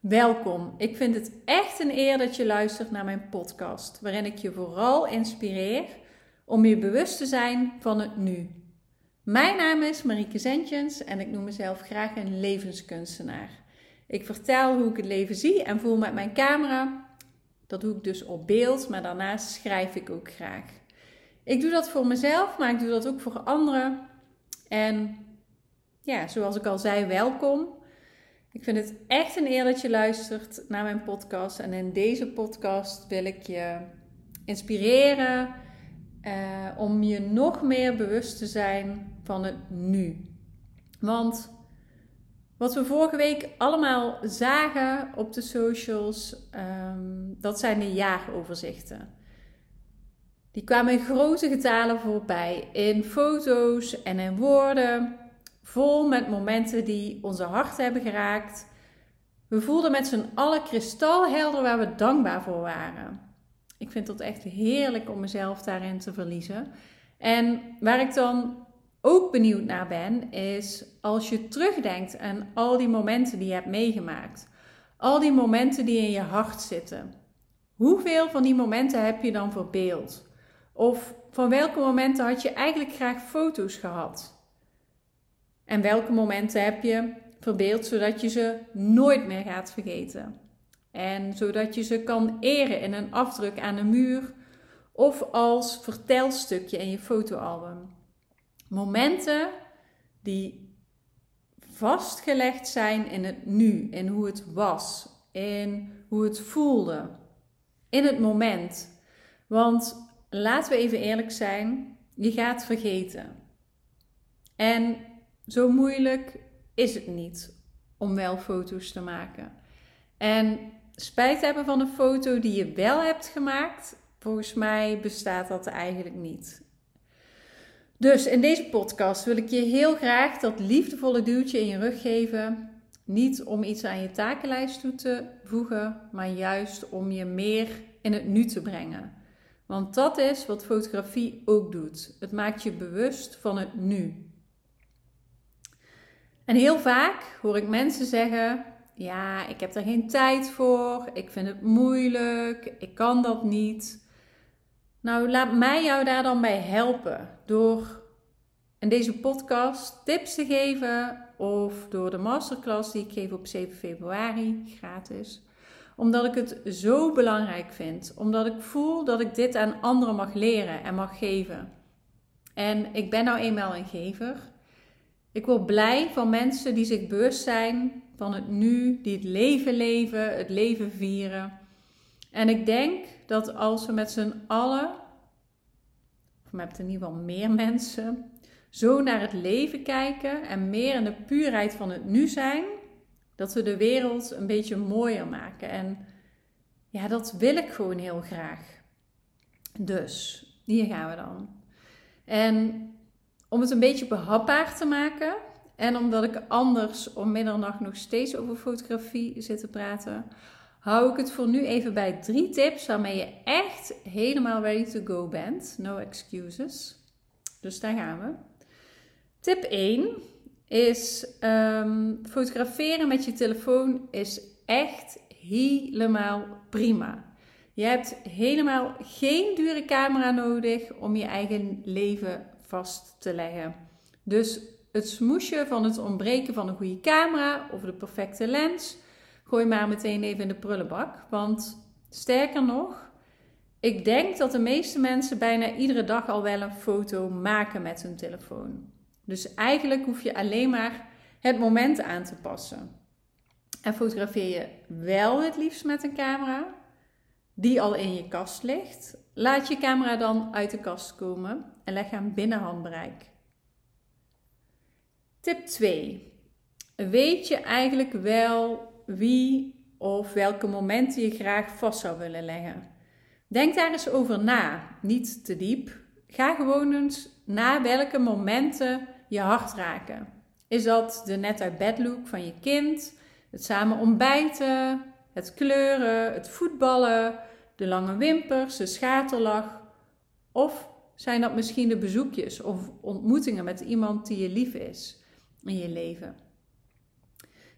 Welkom. Ik vind het echt een eer dat je luistert naar mijn podcast, waarin ik je vooral inspireer om je bewust te zijn van het nu. Mijn naam is Marieke Zentjens en ik noem mezelf graag een levenskunstenaar. Ik vertel hoe ik het leven zie en voel met mijn camera. Dat doe ik dus op beeld, maar daarnaast schrijf ik ook graag. Ik doe dat voor mezelf, maar ik doe dat ook voor anderen. En ja, zoals ik al zei, welkom. Ik vind het echt een eer dat je luistert naar mijn podcast. En in deze podcast wil ik je inspireren om je nog meer bewust te zijn van het nu. Want wat we vorige week allemaal zagen op de socials, dat zijn de jaaroverzichten. Die kwamen in grote getalen voorbij, in foto's en in woorden. Vol met momenten die onze hart hebben geraakt. We voelden met z'n allen kristalhelder waar we dankbaar voor waren. Ik vind het echt heerlijk om mezelf daarin te verliezen. En waar ik dan ook benieuwd naar ben, is als je terugdenkt aan al die momenten die je hebt meegemaakt. Al die momenten die in je hart zitten. Hoeveel van die momenten heb je dan verbeeld? Of van welke momenten had je eigenlijk graag foto's gehad? En welke momenten heb je verbeeld zodat je ze nooit meer gaat vergeten? En zodat je ze kan eren in een afdruk aan de muur of als vertelstukje in je fotoalbum. Momenten die vastgelegd zijn in het nu, in hoe het was, in hoe het voelde, in het moment. Want laten we even eerlijk zijn, je gaat vergeten. En zo moeilijk is het niet om wel foto's te maken. En spijt hebben van een foto die je wel hebt gemaakt, volgens mij bestaat dat eigenlijk niet. Dus in deze podcast wil ik je heel graag dat liefdevolle duwtje in je rug geven. Niet om iets aan je takenlijst toe te voegen, maar juist om je meer in het nu te brengen. Want dat is wat fotografie ook doet. Het maakt je bewust van het nu. En heel vaak hoor ik mensen zeggen, ja, ik heb er geen tijd voor, ik vind het moeilijk, ik kan dat niet. Nou, laat mij jou daar dan bij helpen door in deze podcast tips te geven of door de masterclass die ik geef op 7 februari, gratis. Omdat ik het zo belangrijk vind, omdat ik voel dat ik dit aan anderen mag leren en mag geven. En ik ben nou eenmaal een gever. Ik word blij van mensen die zich bewust zijn van het nu, die het leven, het leven vieren. En ik denk dat als we met z'n allen, of met in ieder geval meer mensen, zo naar het leven kijken en meer in de puurheid van het nu zijn, dat we de wereld een beetje mooier maken. En ja, dat wil ik gewoon heel graag. Dus, hier gaan we dan. En om het een beetje behapbaar te maken en omdat ik anders om middernacht nog steeds over fotografie zit te praten, hou ik het voor nu even bij 3 tips waarmee je echt helemaal ready to go bent. No excuses. Dus daar gaan we. Tip 1 is fotograferen met je telefoon is echt helemaal prima. Je hebt helemaal geen dure camera nodig om je eigen leven vast te leggen. Dus het smoesje van het ontbreken van een goede camera of de perfecte lens, gooi maar meteen even in de prullenbak. Want sterker nog, ik denk dat de meeste mensen bijna iedere dag al wel een foto maken met hun telefoon. Dus eigenlijk hoef je alleen maar het moment aan te passen. En fotografeer je wel het liefst met een camera die al in je kast ligt, laat je camera dan uit de kast komen en leg hem binnen handbereik. Tip 2. Weet je eigenlijk wel wie of welke momenten je graag vast zou willen leggen? Denk daar eens over na, niet te diep. Ga gewoon eens na welke momenten je hart raken. Is dat de net uit bed look van je kind, het samen ontbijten, het kleuren, het voetballen, de lange wimpers, de schaterlach? Of zijn dat misschien de bezoekjes of ontmoetingen met iemand die je lief is in je leven?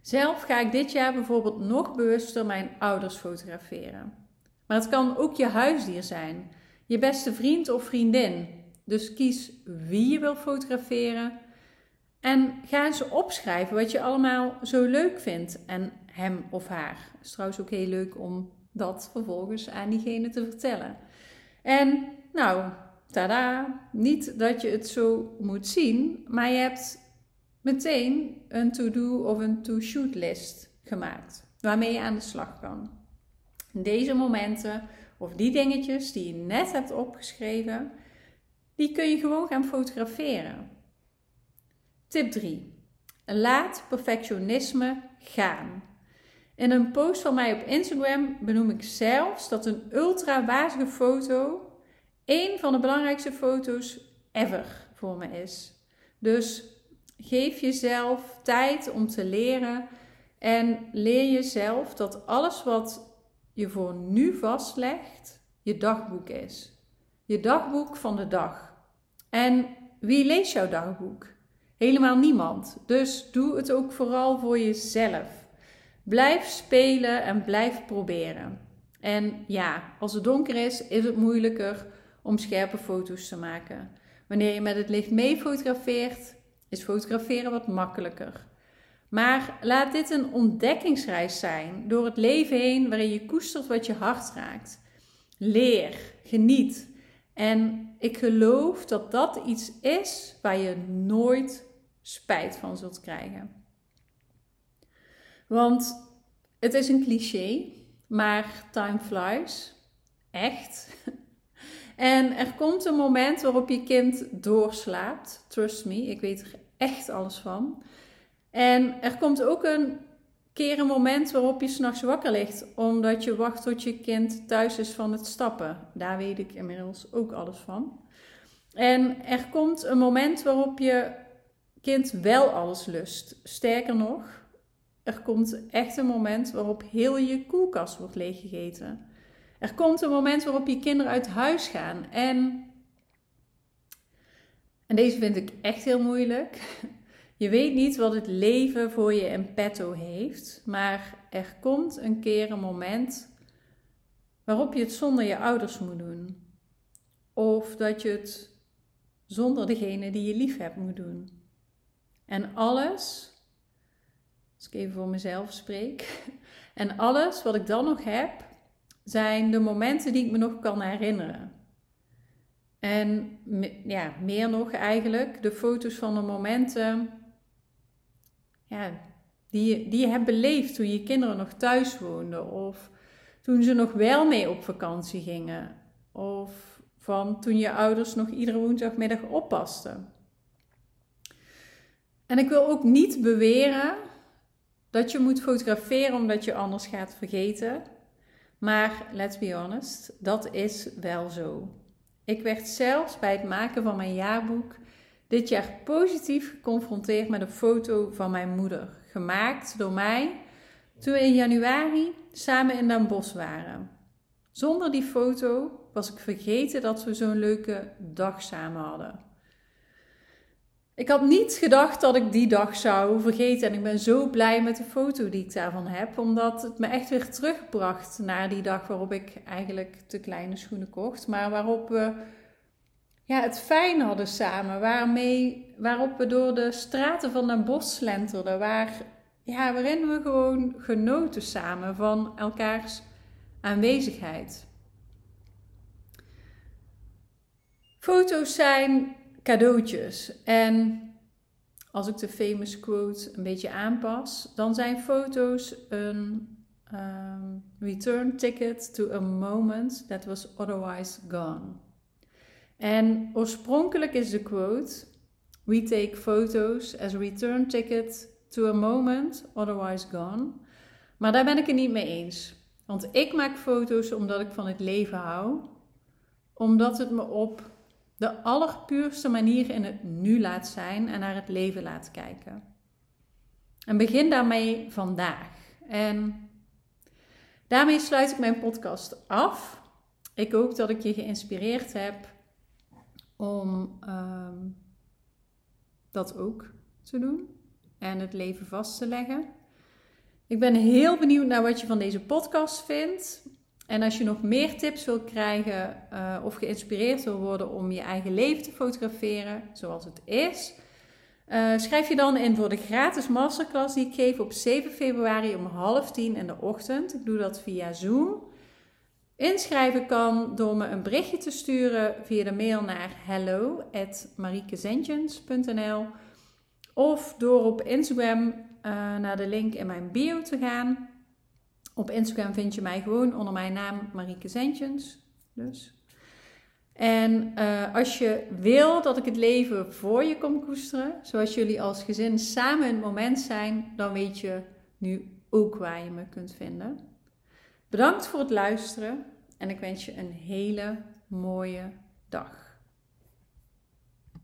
Zelf ga ik dit jaar bijvoorbeeld nog bewuster mijn ouders fotograferen. Maar het kan ook je huisdier zijn, je beste vriend of vriendin. Dus kies wie je wilt fotograferen en ga eens opschrijven wat je allemaal zo leuk vindt en hem of haar. Het is trouwens ook heel leuk om dat vervolgens aan diegene te vertellen. En nou, tada, niet dat je het zo moet zien, maar je hebt meteen een to-do of een to-shoot list gemaakt waarmee je aan de slag kan. Deze momenten of die dingetjes die je net hebt opgeschreven, die kun je gewoon gaan fotograferen. Tip 3. Laat perfectionisme gaan. In een post van mij op Instagram benoem ik zelfs dat een ultra wazige foto één van de belangrijkste foto's ever voor me is. Dus geef jezelf tijd om te leren en leer jezelf dat alles wat je voor nu vastlegt, je dagboek is. Je dagboek van de dag. En wie leest jouw dagboek? Helemaal niemand. Dus doe het ook vooral voor jezelf. Blijf spelen en blijf proberen. En ja, als het donker is het moeilijker om scherpe foto's te maken. Wanneer je met het licht mee fotografeert, is fotograferen wat makkelijker. Maar laat dit een ontdekkingsreis zijn door het leven heen waarin je koestert wat je hart raakt. Leer, geniet. En ik geloof dat dat iets is waar je nooit spijt van zult krijgen. Want het is een cliché, maar time flies. Echt. En er komt een moment waarop je kind doorslaapt. Trust me, ik weet er echt alles van. En er komt ook een keer een moment waarop je 's nachts wakker ligt, omdat je wacht tot je kind thuis is van het stappen. Daar weet ik inmiddels ook alles van. En er komt een moment waarop je kind wel alles lust. Sterker nog, er komt echt een moment waarop heel je koelkast wordt leeggegeten. Er komt een moment waarop je kinderen uit huis gaan. En deze vind ik echt heel moeilijk. Je weet niet wat het leven voor je in petto heeft. Maar er komt een keer een moment waarop je het zonder je ouders moet doen. Of dat je het zonder degene die je lief hebt moet doen. En alles, als ik even voor mezelf spreek, en alles wat ik dan nog heb, zijn de momenten die ik me nog kan herinneren. En ja, meer nog eigenlijk, de foto's van de momenten die je hebt beleefd toen je kinderen nog thuis woonden. Of toen ze nog wel mee op vakantie gingen. Of van toen je ouders nog iedere woensdagmiddag oppasten. En ik wil ook niet beweren dat je moet fotograferen omdat je anders gaat vergeten. Maar let's be honest, dat is wel zo. Ik werd zelfs bij het maken van mijn jaarboek dit jaar positief geconfronteerd met een foto van mijn moeder. Gemaakt door mij toen we in januari samen in Den Bosch waren. Zonder die foto was ik vergeten dat we zo'n leuke dag samen hadden. Ik had niet gedacht dat ik die dag zou vergeten en ik ben zo blij met de foto die ik daarvan heb, omdat het me echt weer terugbracht naar die dag waarop ik eigenlijk te kleine schoenen kocht, maar waarop we het fijn hadden samen, waarop we door de straten van Den Bosch slenterden, waarin we gewoon genoten samen van elkaars aanwezigheid. Foto's zijn cadeautjes. En als ik de famous quote een beetje aanpas, dan zijn foto's een return ticket to a moment that was otherwise gone. En oorspronkelijk is de quote: we take photos as a return ticket to a moment otherwise gone. Maar daar ben ik het niet mee eens. Want ik maak foto's omdat ik van het leven hou. Omdat het me op de allerpuurste manier in het nu laat zijn en naar het leven laat kijken. En begin daarmee vandaag. En daarmee sluit ik mijn podcast af. Ik hoop dat ik je geïnspireerd heb om dat ook te doen en het leven vast te leggen. Ik ben heel benieuwd naar wat je van deze podcast vindt. En als je nog meer tips wilt krijgen of geïnspireerd wil worden om je eigen leven te fotograferen zoals het is, schrijf je dan in voor de gratis masterclass die ik geef op 7 februari om 9:30 in de ochtend. Ik doe dat via Zoom. Inschrijven kan door me een berichtje te sturen via de mail naar hello@mariekezentjens.nl of door op Instagram naar de link in mijn bio te gaan. Op Instagram vind je mij gewoon onder mijn naam Marieke Zentjens. Dus. En als je wil dat ik het leven voor je kom koesteren, zoals jullie als gezin samen in het moment zijn, dan weet je nu ook waar je me kunt vinden. Bedankt voor het luisteren en ik wens je een hele mooie dag.